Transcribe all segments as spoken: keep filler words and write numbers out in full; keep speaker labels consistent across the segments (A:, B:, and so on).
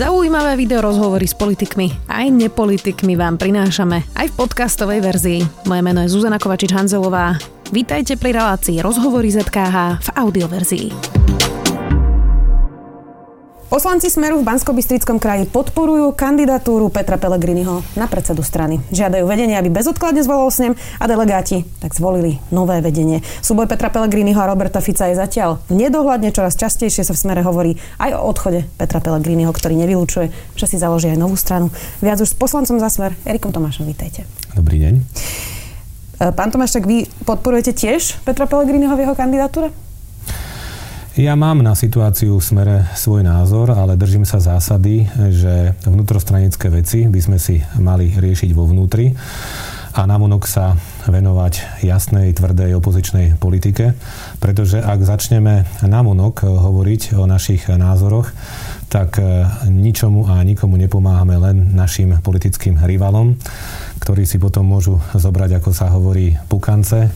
A: Zaujímavé videorozhovory s politikmi aj nepolitikmi vám prinášame aj v podcastovej verzii. Moje meno je Zuzana Kovačič-Hanzelová. Vítajte pri relácii Rozhovory zet ká há v audioverzii. Poslanci Smeru v Banskobystrickom kraji podporujú kandidatúru Petra Pellegriniho na predsedu strany. Žiadajú vedenie, aby bezodkladne zvolil snem a delegáti tak zvolili nové vedenie. Súboj Petra Pellegriniho a Roberta Fica je zatiaľ nedohľadne, čoraz častejšie sa v Smere hovorí aj o odchode Petra Pellegriniho, ktorý nevylučuje, že si založí aj novú stranu. Viac už s poslancom za Smer, Erikom Tomášom, vítajte.
B: Dobrý deň.
A: Pán Tomáš, tak vy podporujete tiež Petra Pellegriniho v jeho kandidatúre?
B: Ja mám na situáciu v Smere svoj názor, ale držím sa zásady, že vnútrostranické veci by sme si mali riešiť vo vnútri a navonok sa venovať jasnej, tvrdej opozičnej politike, pretože ak začneme navonok hovoriť o našich názoroch, tak ničomu a nikomu nepomáhame, len našim politickým rivalom, ktorí si potom môžu zobrať, ako sa hovorí, pukance,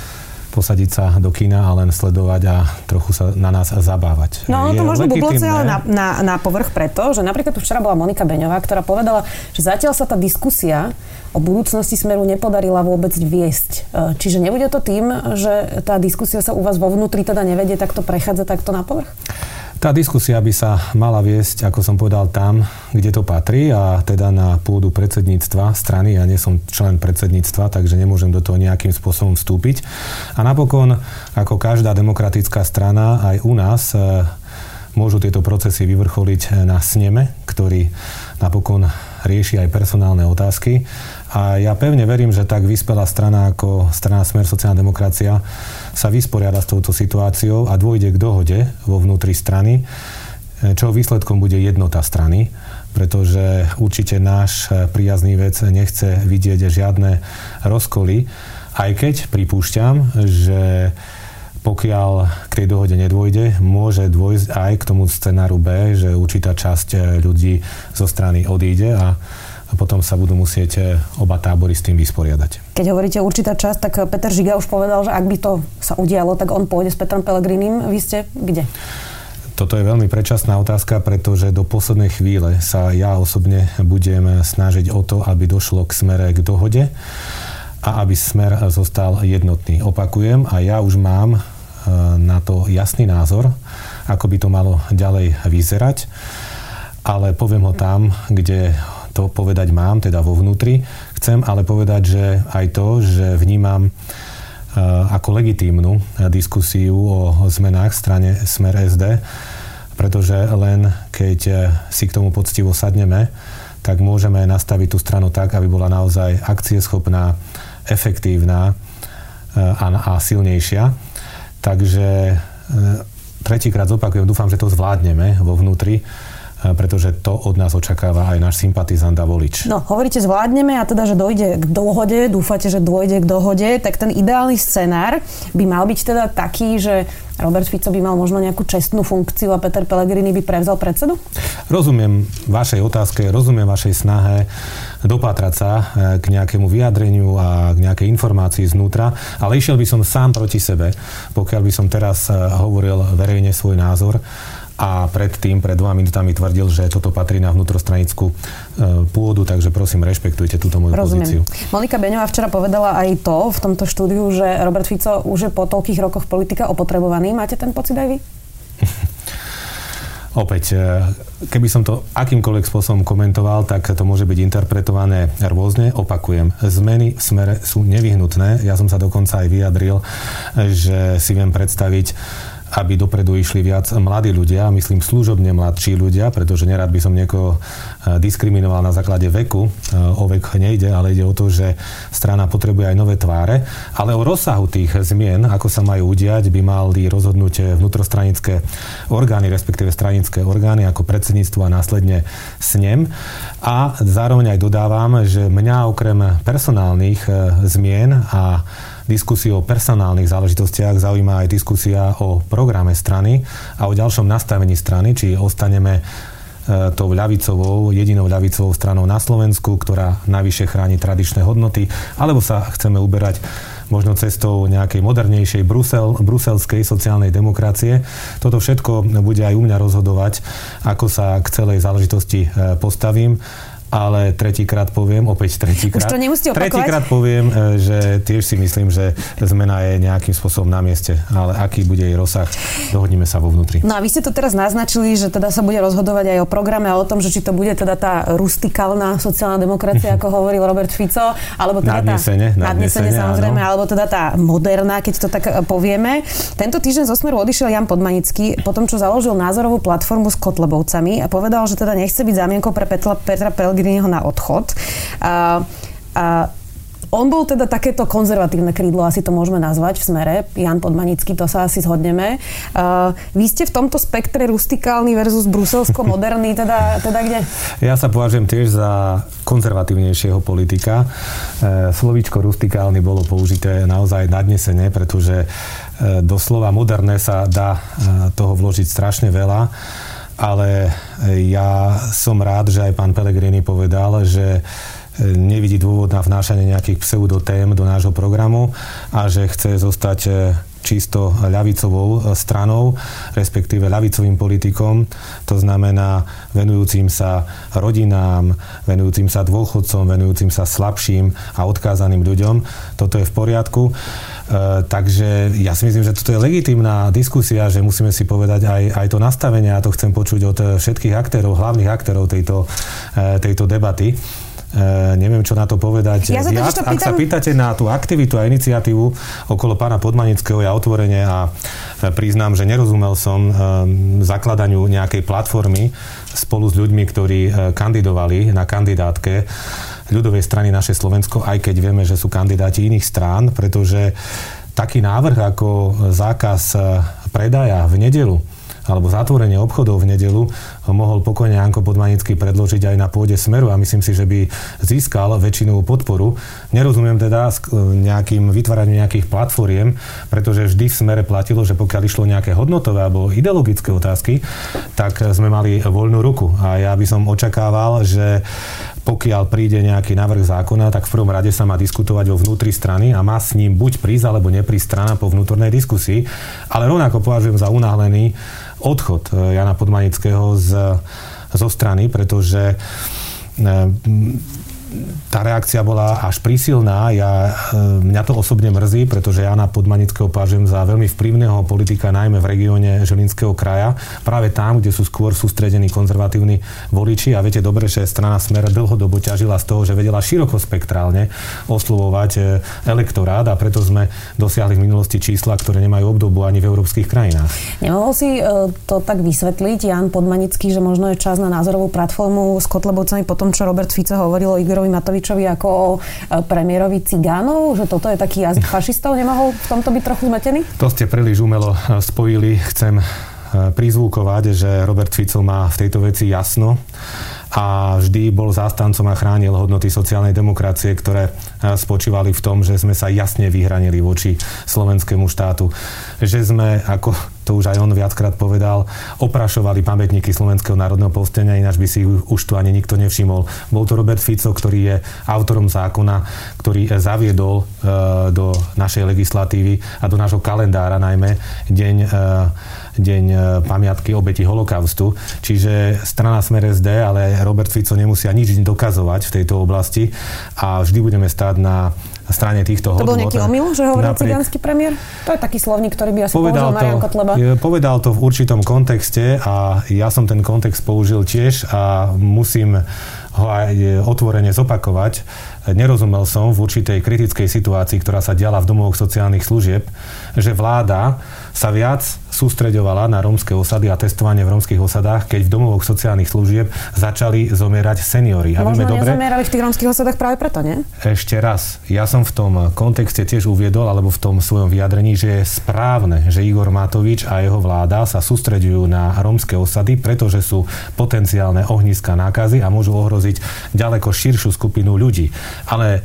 B: posadiť sa do kina a len sledovať a trochu sa na nás zabávať.
A: No, to možno bubloce, ale na, na, na povrch preto, že napríklad tu včera bola Monika Beňová, ktorá povedala, že zatiaľ sa tá diskusia o budúcnosti Smeru nepodarila vôbec viesť. Čiže nebude to tým, že tá diskusia sa u vás vo vnútri teda nevedie, tak to prechádza takto na povrch?
B: Tá diskusia by sa mala viesť, ako som povedal, tam, kde to patrí, a teda na pôdu predsedníctva strany. Ja nie som člen predsedníctva, takže nemôžem do toho nejakým spôsobom vstúpiť. A napokon, ako každá demokratická strana, aj u nás e, môžu tieto procesy vyvrcholiť na sneme, ktorý napokon rieši aj personálne otázky. A ja pevne verím, že tak vyspelá strana ako strana Smer sociálna demokracia sa vysporiada s touto situáciou a dôjde k dohode vo vnútri strany, čo výsledkom bude jednota strany, pretože určite náš priaznivec nechce vidieť žiadne rozkoly, aj keď pripúšťam, že pokiaľ k tej dohode nedôjde, môže dôjsť aj k tomu scenáru B, že určitá časť ľudí zo strany odíde a a potom sa budú musieť oba tábory s tým vysporiadať.
A: Keď hovoríte určitá časť, tak Peter Žiga už povedal, že ak by to sa udialo, tak on pôjde s Petrom Pellegrinim. Vy ste kde?
B: Toto je veľmi predčasná otázka, pretože do poslednej chvíle sa ja osobne budem snažiť o to, aby došlo k Smere k dohode a aby Smer zostal jednotný. Opakujem, a ja už mám na to jasný názor, ako by to malo ďalej vyzerať, ale poviem ho tam, kde to povedať mám, teda vo vnútri. Chcem ale povedať, že aj to, že vnímam ako legitímnu diskusiu o zmenách v strane Smer es dé, pretože len keď si k tomu poctivo sadneme, tak môžeme nastaviť tú stranu tak, aby bola naozaj akcieschopná, efektívna a, a silnejšia. Takže tretíkrát zopakujem, dúfam, že to zvládneme vo vnútri, pretože to od nás očakáva aj náš sympatizant a volič.
A: No, hovoríte zvládneme a teda, že dojde k dohode, dúfate, že dôjde k dohode, tak ten ideálny scenár by mal byť teda taký, že Robert Fico by mal možno nejakú čestnú funkciu a Peter Pellegrini by prevzal predsedu?
B: Rozumiem vašej otázke, rozumiem vašej snahe dopátrať sa k nejakému vyjadreniu a k nejakej informácii znútra, ale išiel by som sám proti sebe, pokiaľ by som teraz hovoril verejne svoj názor a predtým, pred dvoma minútami tvrdil, že toto patrí na vnútrostranickú pôdu, takže prosím, rešpektujte túto moju
A: Rozumiem.
B: pozíciu.
A: Monika Beňová včera povedala aj to v tomto štúdiu, že Robert Fico už je po toľkých rokoch politika opotrebovaný. Máte ten pocit aj vy?
B: Opäť, keby som to akýmkoľvek spôsobom komentoval, tak to môže byť interpretované rôzne. Opakujem, zmeny v Smere sú nevyhnutné. Ja som sa dokonca aj vyjadril, že si viem predstaviť, aby dopredu išli viac mladí ľudia, myslím služobne mladší ľudia, pretože nerad by som niekoho diskriminoval na základe veku. O vek nejde, ale ide o to, že strana potrebuje aj nové tváre. Ale o rozsahu tých zmien, ako sa majú udiať, by mali rozhodnúť vnútrostranické orgány, respektíve stranické orgány, ako predsedníctvo a následne snem. A zároveň aj dodávam, že mňa okrem personálnych zmien a diskusiu o personálnych záležitostiach zaujíma aj diskusia o programe strany a o ďalšom nastavení strany, či ostaneme tou ľavicovou, jedinou ľavicovou stranou na Slovensku, ktorá navyše chráni tradičné hodnoty, alebo sa chceme uberať možno cestou nejakej modernejšej brusel, bruselskej sociálnej demokracie. Toto všetko bude aj u mňa rozhodovať, ako sa k celej záležitosti postavím. Ale tretíkrát poviem, opäť tretíkrát.
A: Už to nemusíte opakovať.
B: Tretíkrát poviem, že tiež si myslím, že zmena je nejakým spôsobom na mieste. Ale aký bude jej rozsah, dohodneme sa vo vnútri.
A: No a vy ste to teraz naznačili, že teda sa bude rozhodovať aj o programe a o tom, že či to bude teda tá rustikálna sociálna demokracia, ako hovoril Robert Fico, alebo teda
B: nadnesene,
A: tá nadnesene, samozrejme, áno. Alebo teda tá moderná, keď to tak povieme. Tento týždeň zo Smeru odišiel Jan Podmanický po tom, čo založil názorovú platformu s Kotlebovcami a povedal, že teda nechce byť zámienkou pre Petra, Petra Pellegriniho na odchod. A, a on bol teda takéto konzervatívne krídlo, asi to môžeme nazvať v Smere. Jan Podmanický, to sa asi zhodneme. A vy ste v tomto spektre rustikálny versus bruselsko-moderný, teda, teda kde?
B: Ja sa považujem tiež za konzervatívnejšieho politika. E, slovíčko rustikálny bolo použité naozaj nadnesene, pretože e, doslova moderné sa dá e, toho vložiť strašne veľa. Ale ja som rád, že aj pán Pellegrini povedal, že nevidí dôvod na vnášanie nejakých pseudotém do nášho programu a že chce zostať čisto ľavicovou stranou, respektíve ľavicovým politikom. To znamená venujúcim sa rodinám, venujúcim sa dôchodcom, venujúcim sa slabším a odkázaným ľuďom. Toto je v poriadku. Uh, takže ja si myslím, že toto je legitímna diskusia, že musíme si povedať aj, aj to nastavenie, a to chcem počuť od všetkých aktérov, hlavných aktérov tejto, uh, tejto debaty. Uh, neviem, čo na to povedať.
A: Ja
B: viac.
A: To pýtam...
B: Ak sa pýtate na tú aktivitu a iniciatívu okolo pána Podmanického, ja otvorene a priznám, že nerozumel som um, zakladaniu nejakej platformy spolu s ľuďmi, ktorí uh, kandidovali na kandidátke ľudovej strany Naše Slovensko, aj keď vieme, že sú kandidáti iných strán, pretože taký návrh ako zákaz predaja v nedeľu alebo zatvorenie obchodov v nedeľu mohol pokojne Janko Podmanický predložiť aj na pôde Smeru a myslím si, že by získal väčšinovú podporu. Nerozumiem teda nejakým vytváraniu nejakých platformiem, pretože vždy v Smere platilo, že pokiaľ išlo nejaké hodnotové alebo ideologické otázky, tak sme mali voľnú ruku. A ja by som očakával, že pokiaľ príde nejaký návrh zákona, tak v prvom rade sa má diskutovať vo vnútri strany a má s ním buď prísť alebo neprísť strana po vnútornej diskusii. Ale rovnako považujem za unáhlený odchod Jana Podmanického z, zo strany, pretože tá reakcia bola až prísilná. Ja, mňa to osobne mrzí, pretože Jana Podmanického považujem za veľmi vplyvného politika, najmä v regióne Žilinského kraja. Práve tam, kde sú skôr sústredení konzervatívni voliči. A viete dobre, že strana Smer dlhodobo ťažila z toho, že vedela širokospektrálne oslovovať elektorát a preto sme dosiahli v minulosti čísla, ktoré nemajú obdobu ani v európskych krajinách.
A: Nemohol si to tak vysvetliť, Jan Podmanický, že možno je čas na názorovú platformu s Kotlebovcami po tom, čo Robert Fico hovoril o Igorovi Matovičovi ako o premiérovi cigánov, že toto je taký jazyk fašistov, nemohol v tomto byť trochu zmetený?
B: To ste príliš umelo spojili. Chcem prizvukovať, že Robert Fico má v tejto veci jasno a vždy bol zástancom a chránil hodnoty sociálnej demokracie, ktoré spočívali v tom, že sme sa jasne vyhranili voči slovenskému štátu. Že sme, ako to už aj on viackrát povedal, oprašovali pamätníky Slovenského národného povstania, ináč by si už tu ani nikto nevšimol. Bol to Robert Fico, ktorý je autorom zákona, ktorý zaviedol do našej legislatívy a do nášho kalendára najmä deň deň pamiatky obeti holokaustu. Čiže strana Smer es dé, ale Robert Fico nemusia nič dokazovať v tejto oblasti a vždy budeme stáť na strane týchto hodnôt.
A: To bol nejaký omyl, že hovoril napriek... cigánsky premiér? To je taký slovník, ktorý by asi použil Marián Kotleba.
B: Povedal to v určitom kontexte a ja som ten kontext použil tiež a musím ho aj otvorene zopakovať. Nerozumel som v určitej kritickej situácii, ktorá sa diala v domovoch sociálnych služieb, že vláda sa viac sústreďovala na rómske osady a testovanie v rómskych osadách, keď v domovoch sociálnych služieb začali zomierať seniori. A
A: možno dobre, nezomierali v tých rómskych osadách práve preto, nie?
B: Ešte raz. Ja som v tom kontexte tiež uviedol, alebo v tom svojom vyjadrení, že je správne, že Igor Matovič a jeho vláda sa sústreďujú na rómske osady, pretože sú potenciálne ohniska nákazy a môžu ohroziť ďaleko širšiu skupinu ľudí. Ale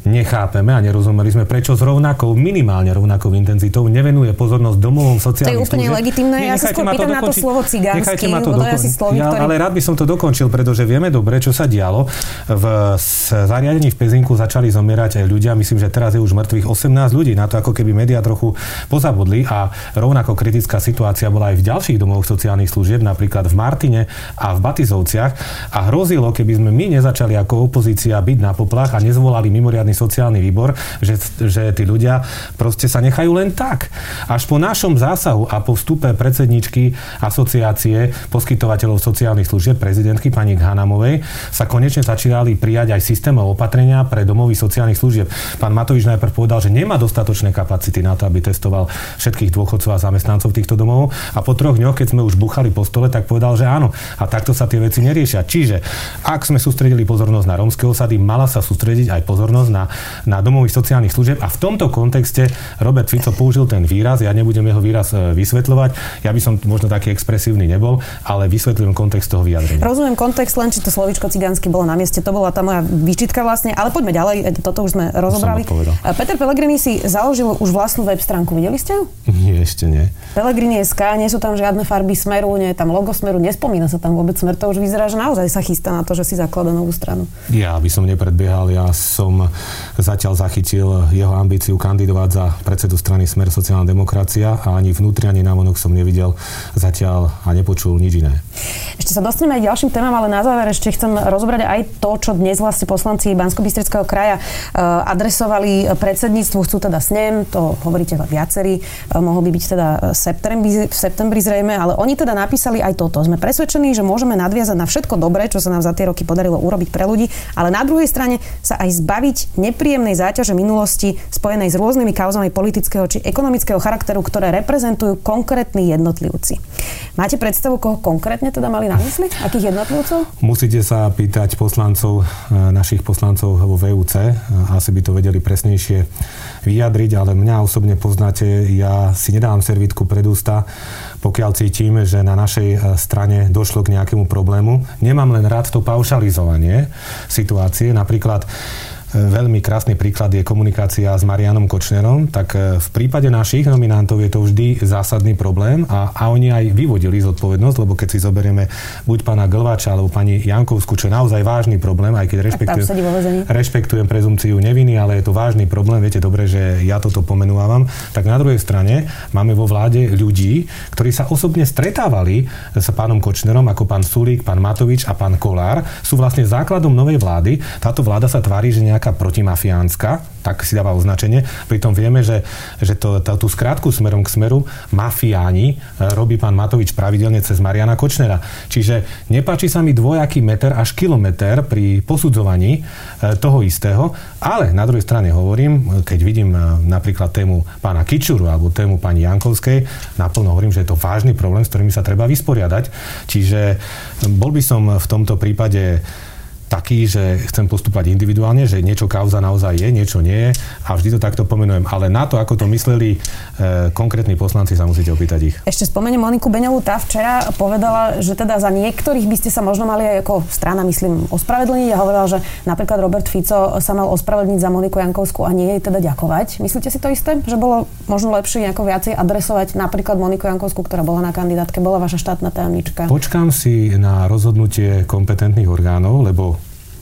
B: nechápeme a nerozumeli sme, prečo s rovnakou, minimálne rovnakou intenzitou nevenuje pozornosť domovom sociálnych služieb.
A: To je úplne služieb. Legitimné. Ja sa skôr pýtam na to slovo cigánsky, lebo to je asi slovy,
B: ja,
A: ktorý...
B: Ale rád by som to dokončil, pretože vieme dobre, čo sa dialo. V zariadení v Pezinku začali zomierať aj ľudia. Myslím, že teraz je už mŕtvych osemnásť ľudí. Na to ako keby médiá trochu pozabudli a rovnako kritická situácia bola aj v ďalších domovoch sociálnych služieb, napríklad v Martine a v Batizovciach. A hrozilo, keby sme my nezačali ako opozícia byť na poplach a nezvolali mimoriadny sociálny výbor, že, že tí ľudia proste sa nechajú len tak. Až po našom zásahu a po vstupe predsedničky asociácie poskytovateľov sociálnych služieb, prezidentky pani Hanamovej, sa konečne začali prijať aj systémové opatrenia pre domovy sociálnych služieb. Pán Matovič najprv povedal, že nemá dostatočné kapacity na to, aby testoval všetkých dôchodcov a zamestnancov týchto domov, a po troch dňoch, keď sme už buchali po stole, tak povedal, že áno. A takto sa tie veci neriešia. Čiže ak sme sústredili pozornosť na rómske osady, mala sa sústrediť aj pozornosť na, na domových sociálnych služieb. A v tomto kontexte Robert Fico použil ten výraz, ja nebudem jeho výraz vysvetľovať, ja by som možno taký expresívny nebol, ale vysvetľujem kontext toho vyjadrenia. Rozumiem kontext,
A: len či to slovíčko cigánsky bolo na mieste, to bola tá moja výčitka vlastne, ale poďme ďalej, toto už sme rozobrali. Peter Pellegrini si založil už vlastnú web stránku, videli ste ju?
B: Nie, ešte nie.
A: Pellegrini bodka es ká, nie sú tam žiadne farby Smeru, nie je tam logo Smeru, nespomína sa tam vôbec Smer, to už vyzerá, že naozaj sa chystá na to, že si zaklada novú stranu.
B: Ja by som nepredbiehal, ja som zatiaľ zachytil jeho ambíciu kandidovať za predsedu strany Smer sociálna demokracia a ani vnútri, ani navonok som nevidel zatiaľ a nepočul nič iné.
A: Ešte sa dostaneme aj k ďalším témam, ale na záver ešte chcem rozobrať aj to, čo dnes vlastne poslanci Banskobystrického kraja adresovali predsedníctvu, chcú teda s ním, to hovoríte viacerí, mohol by byť teda septembri, v septembri zrejme, ale oni teda napísali aj toto. Sme presvedčení, že môžeme nadviazať na všetko dobré, čo sa nám za tie roky podarilo urobiť pre ľudí, ale na druhej strane sa aj zbaviť nepríjemnej záťaže minulosti spojenej s rôznymi kauzami politického či ekonomického charakteru, ktoré reprezentujú konkrétni jednotlivci. Máte predstavu, koho konkrétne teda mali na mysli? Akých jednotlivcov?
B: Musíte sa pýtať poslancov, našich poslancov vo vé ú cé, asi by to vedeli presnejšie vyjadriť, ale mňa osobne poznáte, ja si nedám servítku pred ústa, pokiaľ cítim, že na našej strane došlo k nejakému problému. Nemám len rád to paušalizovanie situácie. Napríklad veľmi krásny príklad je komunikácia s Marianom Kočnerom, tak v prípade našich nominantov je to vždy zásadný problém a, a oni aj vyvodili zodpovednosť, lebo keď si zoberieme buď pána Glváča alebo pani Jankovskú, čo je naozaj vážny problém, aj keď rešpektujem, rešpektujem prezumciu neviny, ale je to vážny problém, viete dobre, že ja toto pomenúvam, tak na druhej strane máme vo vláde ľudí, ktorí sa osobne stretávali s pánom Kočnerom, ako pán Sulík, pán Matovič a pán Kollár, sú vlastne základom novej vlády. Táto vláda sa tvári, že nejak protimafiánska, tak si dáva označenie. Pritom vieme, že, že to, to, tú skrátku smerom k Smeru mafiáni robí pán Matovič pravidelne cez Mariana Kočnera. Čiže nepáči sa mi dvojaký meter až kilometer pri posudzovaní toho istého, ale na druhej strane hovorím, keď vidím napríklad tému pána Kičuru alebo tému pani Jankovskej, naplno hovorím, že je to vážny problém, s ktorými sa treba vysporiadať. Čiže bol by som v tomto prípade taký, že chcem postupovať individuálne, že niečo kauza naozaj je, niečo nie je a vždy to takto pomenujem. Ale na to, ako to mysleli e, konkrétni poslanci, sa musíte opýtať ich.
A: Ešte spomeniem Moniku Beňovú, tá včera povedala, že teda za niektorých by ste sa možno mali aj ako strana, myslím, ospravedlniť a hovorila, že napríklad Robert Fico sa mal ospravedlniť za Moniku Jankovskú a nie jej teda ďakovať. Myslíte si to isté? Že bolo možno lepšie nejako viacej adresovať napríklad Moniku Jankovskú, ktorá bola na kandidátke, bola vaša štátna tajomnička?
B: Počkám si na rozhodnutie kompetentných orgánov, lebo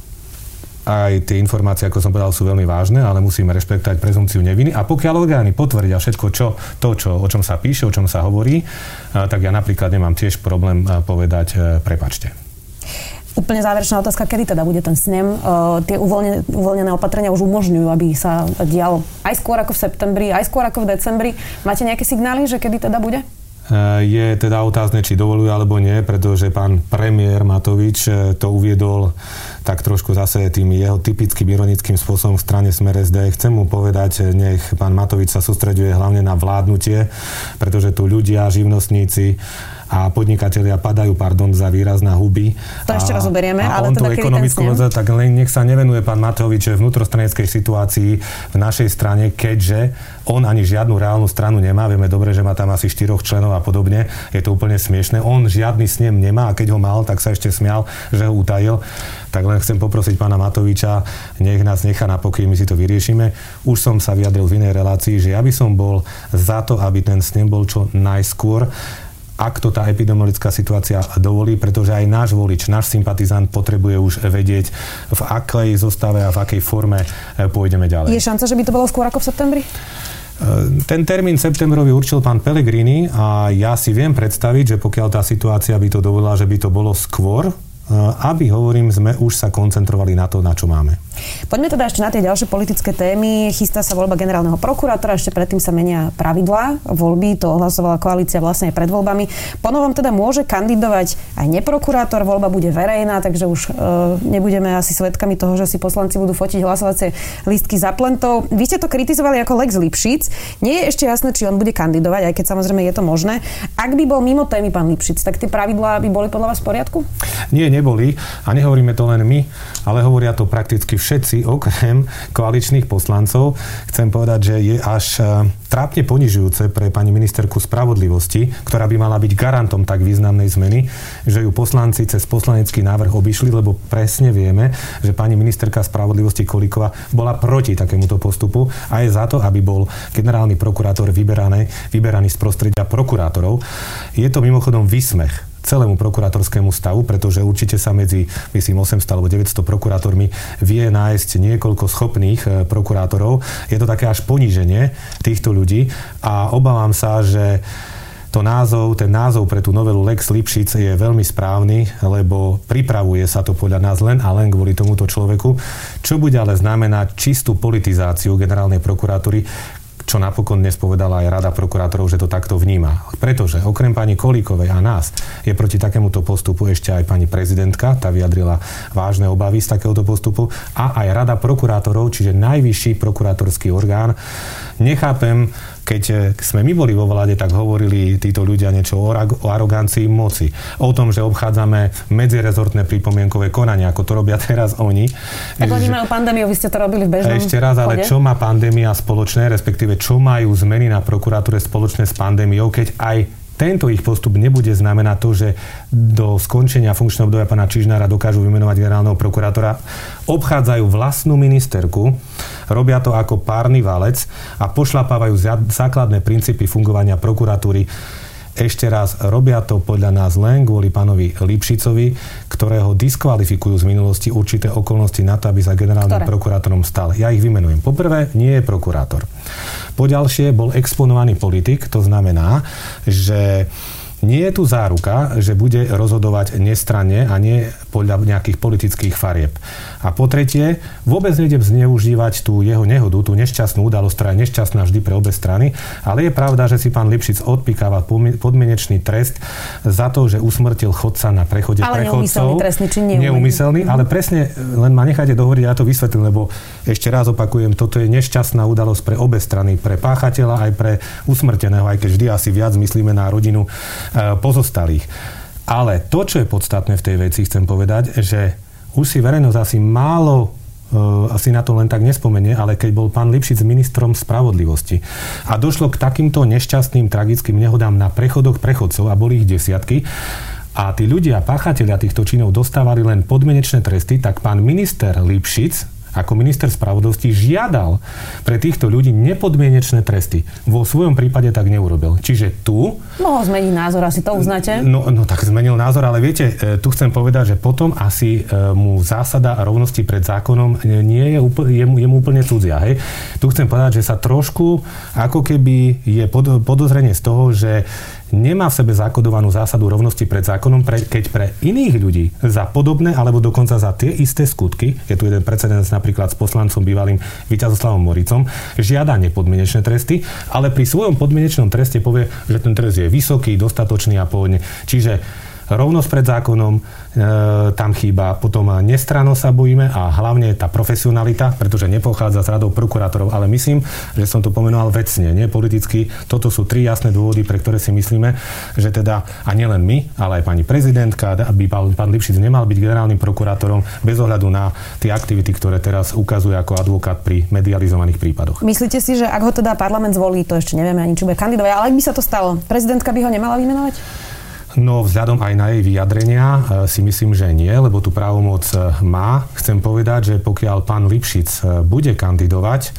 B: aj tie informácie, ako som povedal, sú veľmi vážne, ale musíme rešpektovať prezumciu neviny. A pokiaľ orgány potvrdia všetko, čo, to, čo, o čom sa píše, o čom sa hovorí, tak ja napríklad nemám tiež problém povedať prepáčte.
A: Úplne záverečná otázka, kedy teda bude ten snem? Uh, tie uvoľnené, uvoľnené opatrenia už umožňujú, aby sa dialo aj skôr ako v septembri, aj skôr ako v decembri. Máte nejaké signály, že kedy teda bude?
B: Je teda otázne, či dovoluje alebo nie, pretože pán premiér Matovič to uviedol tak trošku zase tým jeho typickým ironickým spôsobom v strane Smer es dé. Chcem mu povedať, nech pán Matovič sa sústreďuje hlavne na vládnutie, pretože tu ľudia, živnostníci a podnikatelia padajú, pardon, za výraz na huby.
A: To ešte raz uberieme,
B: a
A: ale
B: on
A: teda
B: tú ekonomickú, tak len nech sa nevenuje pán Matovič vnútrostranickej situácii v našej strane, keďže on ani žiadnu reálnu stranu nemá. Vieme dobre, že má tam asi štyroch členov a podobne. Je to úplne smiešné. On žiadny snem nemá a keď ho mal, tak sa ešte smial, že ho utajil. Tak len chcem poprosiť pána Matoviča, nech nás nechá na pokoji, my si to vyriešime. Už som sa vyjadril v inej relácii, že ja by som bol za to, aby ten snem bol čo najskôr, ak to tá epidemiologická situácia dovolí, pretože aj náš volič, náš sympatizant potrebuje už vedieť, v akej zostave a v akej forme pôjdeme ďalej.
A: Je šanca, že by to bolo skôr ako v septembri?
B: Ten termín septembrový určil pán Pellegrini a ja si viem predstaviť, že pokiaľ tá situácia by to dovolila, že by to bolo skôr, aby, hovorím, sme už sa koncentrovali na to, na čo máme.
A: Poďme teda ešte na tie ďalšie politické témy. Chystá sa voľba generálneho prokurátora, ešte predtým sa menia pravidlá voľby, to ohlasovala koalícia vlastne aj pred voľbami. Ponovom teda môže kandidovať aj neprokurátor, voľba bude verejná, takže už e, nebudeme asi svedkami toho, že si poslanci budú fotiť hlasovacie lístky za plentou. Vy ste to kritizovali ako Lex Lipšic. Nie je ešte jasné, či on bude kandidovať, aj keď samozrejme je to možné. Ak by bol mimo témy pán Lipšic, tak tie pravidlá by boli podľa vás v poriadku?
B: Nie, neboli. A nehovoríme to len my, ale hovoria to prakticky všetci, okrem koaličných poslancov. Chcem povedať, že je až trápne ponižujúce pre pani ministerku spravodlivosti, ktorá by mala byť garantom tak významnej zmeny, že ju poslanci cez poslanecký návrh obišli, lebo presne vieme, že pani ministerka spravodlivosti Kolíková bola proti takémuto postupu a je za to, aby bol generálny prokurátor vyberaný, vyberaný z prostredia prokurátorov. Je to mimochodom výsmech celému prokurátorskému stavu, pretože určite sa medzi, myslím, osemsto alebo deväťsto prokurátormi vie nájsť niekoľko schopných prokurátorov. Je to také až poníženie týchto ľudí a obávam sa, že to názov, ten názov pre tú novelu Lex Lipšic je veľmi správny, lebo pripravuje sa to podľa nás len a len kvôli tomuto človeku, čo bude ale znamenať čistú politizáciu generálnej prokuratúry, čo napokon dnes povedala aj Rada prokurátorov, že to takto vníma. Pretože okrem pani Kolíkovej a nás je proti takémuto postupu ešte aj pani prezidentka, tá vyjadrila vážne obavy z takéhoto postupu, a aj Rada prokurátorov, čiže najvyšší prokurátorský orgán. Nechápem, keď sme my boli vo vláde, tak hovorili títo ľudia niečo o, o arogancii moci. O tom, že obchádzame medzirezortné pripomienkové konania, ako to robia teraz oni.
A: Tak oni majú pandémiu, vy ste to robili v bežnom
B: Ešte raz, ale
A: chode? Čo
B: má pandémia spoločné, respektíve čo majú zmeny na prokuratúre spoločné s pandémiou, keď aj tento ich postup nebude znamenať to, že do skončenia funkčného obdobia pána Čižnára dokážu vymenovať generálneho prokurátora. Obchádzajú vlastnú ministerku, robia to ako párny valec a pošlapávajú základné princípy fungovania prokuratúry. Ešte raz, robia to podľa nás len kvôli pánovi Lipšicovi, ktorého diskvalifikujú z minulosti určité okolnosti na to, aby sa generálnym Ktoré? prokurátorom stal. Ja ich vymenujem. Poprvé, nie je prokurátor. Poďalšie, bol exponovaný politik, to znamená, že nie je tu záruka, že bude rozhodovať nestranne a nie podľa nejakých politických farieb. A po tretie, vôbec nejdem zneužívať tú jeho nehodu, tú nešťastnú udalosť, ktorá je nešťastná vždy pre obe strany, ale je pravda, že si pán Lipšic odpikáva podmienečný trest za to, že usmrtil chodca na prechode
A: ale
B: prechodcov.
A: Ale neúmyselný trestný čin, neúmyselný.
B: Neúmyselný, ale presne, len ma nechajte dohovoriť, ja to vysvetlím, lebo ešte raz opakujem, toto je nešťastná udalosť pre obe strany, pre páchateľa aj pre usmrteného, aj keď vždy asi viac myslíme na rodinu pozostalých. Ale to, čo je podstatné v tej veci, chcem povedať, že už si verejnosť asi málo uh, asi na to len tak nespomenie, ale keď bol pán Lipšic ministrom spravodlivosti a došlo k takýmto nešťastným, tragickým nehodám na prechodoch prechodcov a boli ich desiatky a tí ľudia, páchatelia týchto činov dostávali len podmienečné tresty, tak pán minister Lipšic ako minister spravodlivosti žiadal pre týchto ľudí nepodmienečné tresty. Vo svojom prípade tak neurobil. Čiže tu...
A: Mohol zmeniť názor, asi to uznáte?
B: No, no tak zmenil názor, ale viete, tu chcem povedať, že potom asi mu zásada rovnosti pred zákonom nie je, úplne, je, je mu úplne cudzia. Hej? Tu chcem povedať, že sa trošku ako keby je pod, podozrenie z toho, že nemá v sebe zakodovanú zásadu rovnosti pred zákonom, pre, keď pre iných ľudí za podobné alebo dokonca za tie isté skutky, je tu jeden precedens napríklad s poslancom bývalým Víťazoslavom Moricom, žiada nepodmienečné tresty, ale pri svojom podmienečnom treste povie, že ten trest je vysoký, dostatočný a podobne. Čiže rovnosť pred zákonom e, tam chýba, potom nestrannosť sa bojíme a hlavne tá profesionalita, pretože nepochádza z radov prokurátorov, ale myslím, že som to pomenoval vecne, nie politicky. Toto sú tri jasné dôvody, pre ktoré si myslíme, že teda, a nielen my, ale aj pani prezidentka, aby pán Lipšic nemal byť generálnym prokurátorom bez ohľadu na tie aktivity, ktoré teraz ukazuje ako advokát pri medializovaných prípadoch.
A: Myslíte si, že ak ho teda parlament zvolí, to ešte nevieme ani, či bude kandidovať, ale ak by sa to stalo, prezidentka by ho nemala vymenovať?
B: No vzhľadom aj na jej vyjadrenia si myslím, že nie, lebo tú právomoc má. Chcem povedať, že pokiaľ pán Lipšic bude kandidovať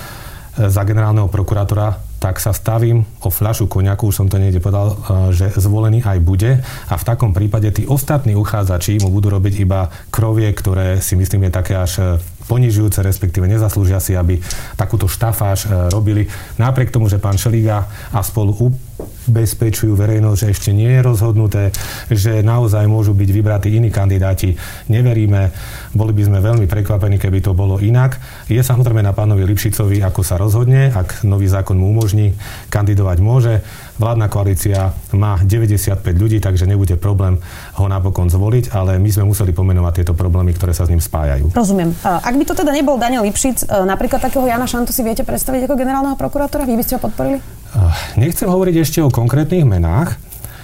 B: za generálneho prokurátora, tak sa stavím o fľašu koniaku, už som to niekde povedal, že zvolený aj bude. A v takom prípade tí ostatní uchádzači mu budú robiť iba krovie, ktoré si myslím je také až ponižujúce, respektíve nezaslúžia si, aby takúto štafáž robili. Napriek tomu, že pán Šeliga a spolu ubezpečujú verejnosť, že ešte nie je rozhodnuté, že naozaj môžu byť vybratí iní kandidáti. Neveríme, boli by sme veľmi prekvapení, keby to bolo inak. Je samozrejme na pánovi Lipšicovi, ako sa rozhodne, ak nový zákon mu umožní, kandidovať môže. Vládna koalícia má deväťdesiatpäť ľudí, takže nebude problém ho napokon zvoliť, ale my sme museli pomenovať tieto problémy, ktoré sa s ním spájajú.
A: Rozumiem. Ak by to teda nebol Daniel Lipšic, napríklad takého Jana Šantu si viete predstaviť ako generálneho prokurátora? Vy by ste ho podporili?
B: Nechcem hovoriť ešte o konkrétnych menách,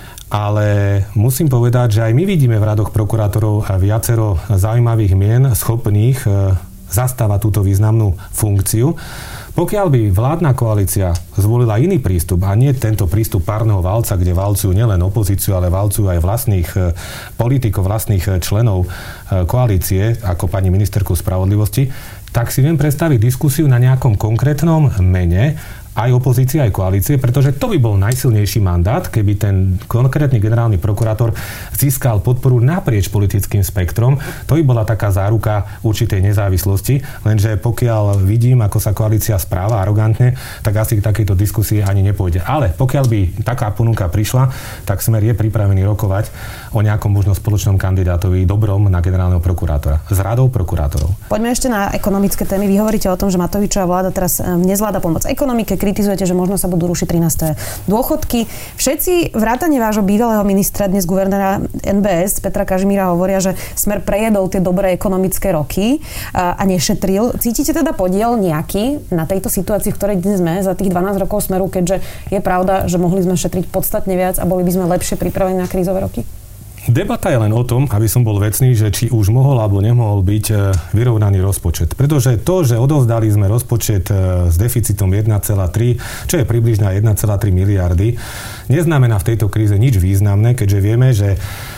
B: ale musím povedať, že aj my vidíme v radoch prokurátorov viacero zaujímavých mien, schopných zastávať túto významnú funkciu. Pokiaľ by vládna koalícia zvolila iný prístup a nie tento prístup párneho valca, kde valcujú nielen opozíciu, ale valcujú aj vlastných politikov, vlastných členov koalície, ako pani ministerku spravodlivosti, tak si viem predstaviť diskusiu na nejakom konkrétnom mene, aj opozície, aj koalície, pretože to by bol najsilnejší mandát, keby ten konkrétny generálny prokurátor získal podporu naprieč politickým spektrom. To by bola taká záruka určitej nezávislosti, lenže pokiaľ vidím, ako sa koalícia správa arogantne, tak asi k takejto diskusie ani nepôjde. Ale pokiaľ by taká ponuka prišla, tak Smer je pripravený rokovať o nejakom možno spoločnom kandidátovi dobrom na generálneho prokurátora. Z radou prokurátorov.
A: Poďme ešte na ekonomické témy. Vy hovoríte o tom, že Matovičová vláda teraz nezvláda pomoc ekonomike, kritizujete, že možno sa budú rušiť trinásté dôchodky. Všetci vrátane vášho bývalého ministra, dnes guvernéra en bé es, Petra Kažimíra, hovoria, že Smer prejedol tie dobré ekonomické roky a, a nešetril. Cítite teda podiel nejaký na tejto situácii, v ktorej dnes sme za tých dvanásť rokov Smeru, keďže je pravda, že mohli sme šetriť podstatne viac a boli by sme lepšie pripravení na krízové roky?
B: Debata je len o tom, aby som bol vecný, že či už mohol alebo nemohol byť vyrovnaný rozpočet. Pretože to, že odovzdali sme rozpočet s deficitom jeden celá tri, čo je približne jeden celá tri miliardy, neznamená v tejto kríze nič významné, keďže vieme, že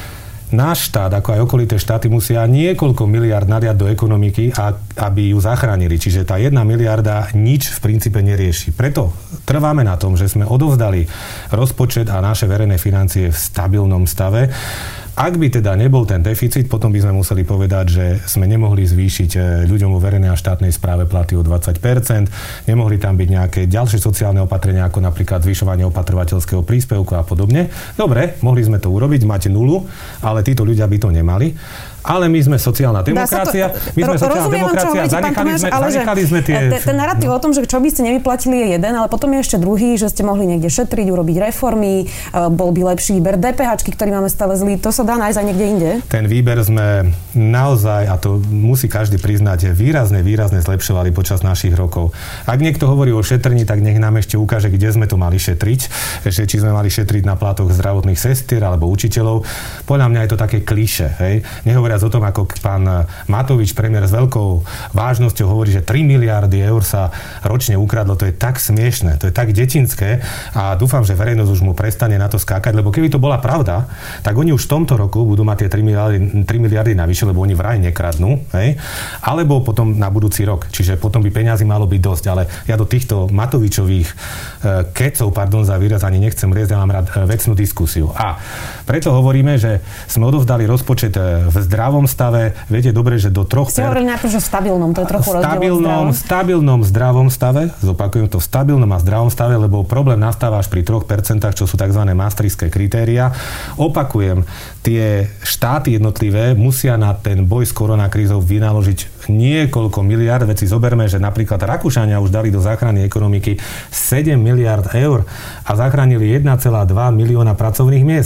B: náš štát, ako aj okolité štáty, musia niekoľko miliard naliať do ekonomiky, a, aby ju zachránili. Čiže tá jedna miliarda nič v princípe nerieši. Preto trváme na tom, že sme odovzdali rozpočet a naše verejné financie v stabilnom stave. Ak by teda nebol ten deficit, potom by sme museli povedať, že sme nemohli zvýšiť ľuďom vo verejnej a štátnej správe platy o dvadsať percent, nemohli tam byť nejaké ďalšie sociálne opatrenia, ako napríklad zvyšovanie opatrovateľského príspevku a podobne. Dobre, mohli sme to urobiť, máte nulu, ale títo ľudia by to nemali. Ale my sme sociálna demokracia, to, my sme sociálna demokracia, zanechali sme, zanechali sme tie...
A: Ten, ten narratív o tom, že čo by ste nevyplatili, je jeden, ale potom je ešte druhý, že ste mohli niekde šetriť, urobiť reformy, bol by lepší výber dé pé háčky, ktorý máme stále zlý. To sa dá nájsť aj niekde inde? Ten
B: výber sme naozaj, a to musí každý priznať, výrazne, výrazne zlepšovali počas našich rokov. Ak niekto hovorí o šetrení, tak nech nám ešte ukáže, kde sme to mali šetriť, že či sme mali šetriť na platoch zdravotných sestier alebo učiteľov. Podľa mňa je to také klišé, hej. Nehovoria o tom, ako pán Matovič, premiér, s veľkou vážnosťou hovorí, že tri miliardy eur sa ročne ukradlo. To je tak smiešné, to je tak detinské a dúfam, že verejnosť už mu prestane na to skákať, lebo keby to bola pravda, tak oni už v tomto roku budú mať tie tri miliardy, tri miliardy navyše, lebo oni vraj nekradnú, hej? Alebo potom na budúci rok. Čiže potom by peňazí malo byť dosť, ale ja do týchto Matovičových kecov, pardon za výraz, ani nechcem riesť, ja mám rád vecnú diskusiu. A preto hovoríme, že sme odovzdali rozpočet v zdravom stave. Viete dobre, že do troch...
A: Ste hovorili najprv, že v stabilnom, to je trochu rozdiel.
B: Stabilnom, stabilnom, zdravom stave, zopakujem to, v stabilnom a zdravom stave, lebo problém nastáva až pri troch percentách, čo sú tzv. Maastrichtské kritéria. Opakujem, tie štáty jednotlivé musia na ten boj s koronakrízou vynaložiť niekoľko miliard. Veď si zoberme, že napríklad Rakúšania už dali do záchrany ekonomiky sedem miliard eur a zachránili jeden celá dva milióna pracovných miest.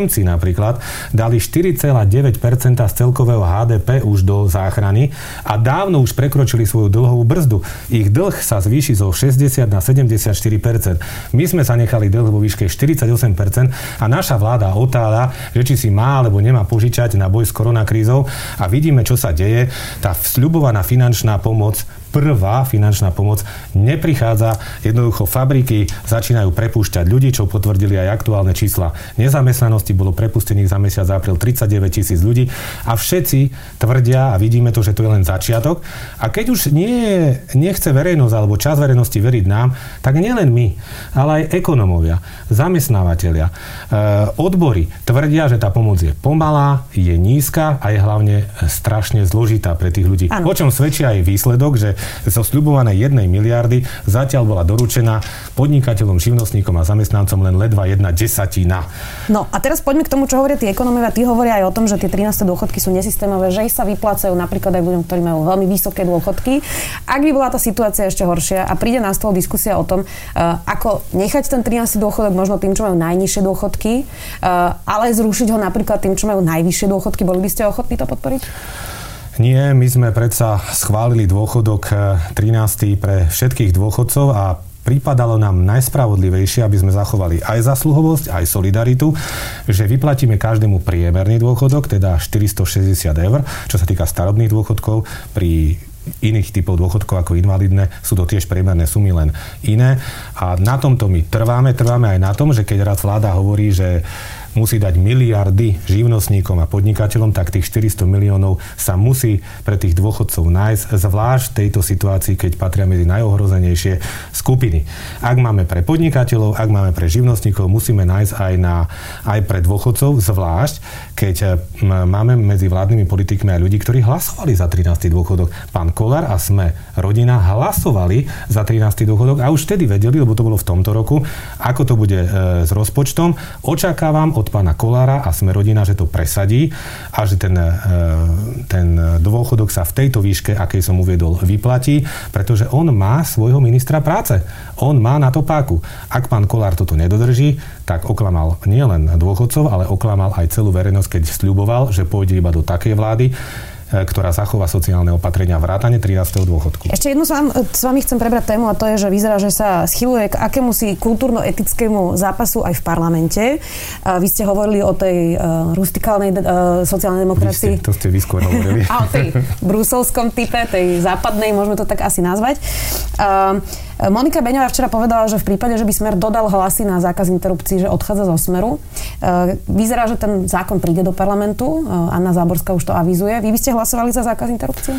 B: Nemci napríklad dali štyri celé deväť percenta z celkového há dé pé už do záchrany a dávno už prekročili svoju dlhovú brzdu. Ich dlh sa zvýši zo šesťdesiat na sedemdesiatštyri percent. My sme sa nechali dlh vo výške štyridsaťosem percent a naša vláda otáľa, že či si má alebo nemá požičať na boj s koronakrízou a vidíme, čo sa deje. Tá sľubovaná finančná pomoc, prvá finančná pomoc neprichádza. Jednoducho fabriky začínajú prepúšťať ľudí, čo potvrdili aj aktuálne čísla nezamestnanosti. Bolo prepustených za mesiac apríl tridsaťdeväť tisíc ľudí a všetci tvrdia a vidíme to, že to je len začiatok. A keď už nie, nechce verejnosť alebo časť verejnosti veriť nám, tak nielen my, ale aj ekonomovia, zamestnávateľia, e, odbory tvrdia, že tá pomoc je pomalá, je nízka a je hlavne strašne zložitá pre tých ľudí. Ano. O čom svedčí aj výsledok, že zo sľubovanej jednej miliardy zatiaľ bola doručená podnikateľom, živnostníkom a zamestnancom len ledva jedna desatina.
A: No a teraz poďme k tomu, čo hovoria tí ekonómovia. Tí hovoria aj o tom, že tie trináste dôchodky sú nesystémové, že sa vyplácajú napríklad aj ľuďom, ktorí majú veľmi vysoké dôchodky. Ak by bola tá situácia ešte horšia a príde na stôl diskusia o tom, ako nechať ten trinásty dôchodok možno tým, čo majú najnižšie dôchodky, ale zrušiť ho napríklad tým, čo majú najvyššie dôchodky, boli by ste ochotní to podporiť?
B: Nie, my sme predsa schválili dôchodok trinásty pre všetkých dôchodcov a pripadalo nám najspravodlivejšie, aby sme zachovali aj zásluhovosť, aj solidaritu, že vyplatíme každému priemerný dôchodok, teda štyristošesťdesiat eur, čo sa týka starobných dôchodkov. Pri iných typov dôchodkov ako invalidné sú to tiež priemerné sumy, len iné. A na tomto my trváme, trváme aj na tom, že keď raz vláda hovorí, že musí dať miliardy živnostníkom a podnikateľom, tak tých štyristo miliónov sa musí pre tých dôchodcov nájsť, zvlášť v tejto situácii, keď patria medzi najohrozenejšie skupiny. Ak máme pre podnikateľov, ak máme pre živnostníkov, musíme nájsť aj, na, aj pre dôchodcov, zvlášť keď máme medzi vládnymi politikmi aj ľudí, ktorí hlasovali za trinásty dôchodok. Pán Kollár a Sme rodina hlasovali za trinásty dôchodok a už vtedy vedeli, lebo to bolo v tomto roku, ako to bude e, s rozpočtom. Očakávam od pána Kollára a Sme rodina, že to presadí a že ten, ten dôchodok sa v tejto výške, akej som uviedol, vyplatí, pretože on má svojho ministra práce. On má na to páku. Ak pán Kollár toto nedodrží, tak oklamal nielen dôchodcov, ale oklamal aj celú verejnosť, keď sľuboval, že pôjde iba do takej vlády, ktorá zachová sociálne opatrenia vrátane trinásteho dôchodku. Ešte
A: jednu s vami, s vami chcem prebrať tému a to je, že vyzerá, že sa schyluje k akémusi kultúrno-etickému zápasu aj v parlamente. Vy ste hovorili o tej uh, rustikálnej uh, sociálnej demokracii.
B: Ste, to ste vy skôr hovorili.
A: A o tej bruselskom type, tej západnej, môžeme to tak asi nazvať. Uh, Monika Beňová včera povedala, že v prípade, že by Smer dodal hlasy na zákaz interrupcií, že odchádza zo Smeru. Uh, vyzerá, že ten zákon príde do parlamentu. Uh, Anna Záborská už to avizuje. Vy by ste hlasovali za zákaz interrupcií?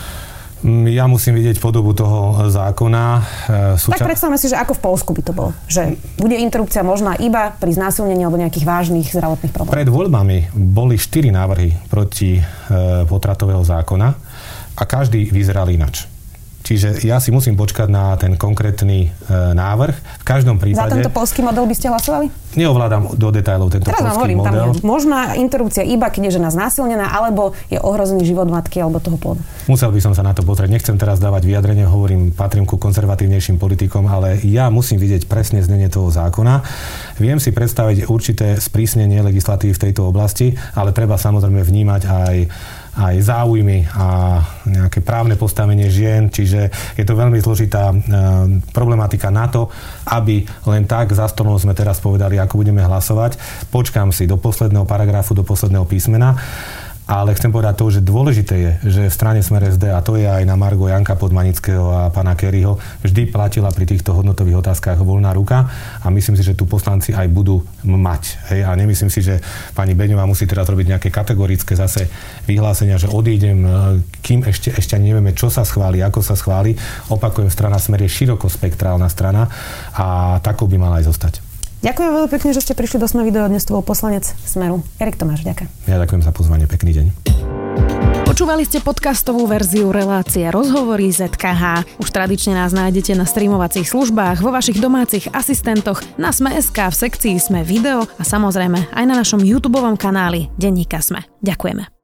B: Ja musím vidieť podobu toho zákona.
A: Súča... Tak predstavme si, že ako v Poľsku by to bolo. Že bude interrupcia možná iba pri znásilnení alebo nejakých vážnych zdravotných problémov.
B: Pred voľbami boli štyri návrhy proti e, potratového zákona a každý vyzeral inač. Čiže ja si musím počkať na ten konkrétny e, návrh. V každom prípade...
A: Za tento poľský model by ste hlasovali?
B: Neovládam do detailov tento
A: Teraz
B: poľský
A: hovorím,
B: model.
A: Tam je možná interrupcia iba, keď je žena znásilnená, alebo je ohrozený život matky alebo toho plodu.
B: Musel by som sa na to pozrieť. Nechcem teraz dávať vyjadrenie, hovorím, patrím ku konzervatívnejším politikom, ale ja musím vidieť presne znenie toho zákona. Viem si predstaviť určité sprísnenie legislatívy v tejto oblasti, ale treba samozrejme vnímať aj aj záujmy a nejaké právne postavenie žien, čiže je to veľmi zložitá e, problematika na to, aby len tak za stolom sme teraz povedali, ako budeme hlasovať. Počkám si do posledného paragrafu, do posledného písmena. Ale chcem povedať to, že dôležité je, že v strane Smer es dé, a to je aj na margo Janka Podmanického a pána Kerryho, vždy platila pri týchto hodnotových otázkach voľná ruka a myslím si, že tu poslanci aj budú mať. Hej? A nemyslím si, že pani Beňová musí teraz robiť nejaké kategorické zase vyhlásenia, že odídem, kým ešte, ešte ani nevieme, čo sa schváli, ako sa schváli. Opakujem, strana Smer je širokospektrálna strana a takou by mala aj zostať.
A: Ďakujem veľmi pekne, že ste prišli do Sme video. Dnes to bol poslanec Smeru Erik Tomáš. Ďakujem.
B: Ja ďakujem za pozvanie. Pekný deň.
C: Počúvali ste podcastovú verziu relácie Rozhovory zet ká há. Už tradične nás nájdete na streamovacích službách, vo vašich domácich asistentoch, na Sme bodka es ká, v sekcii Sme video a samozrejme aj na našom YouTubeovom kanáli Denníka Sme. Ďakujeme.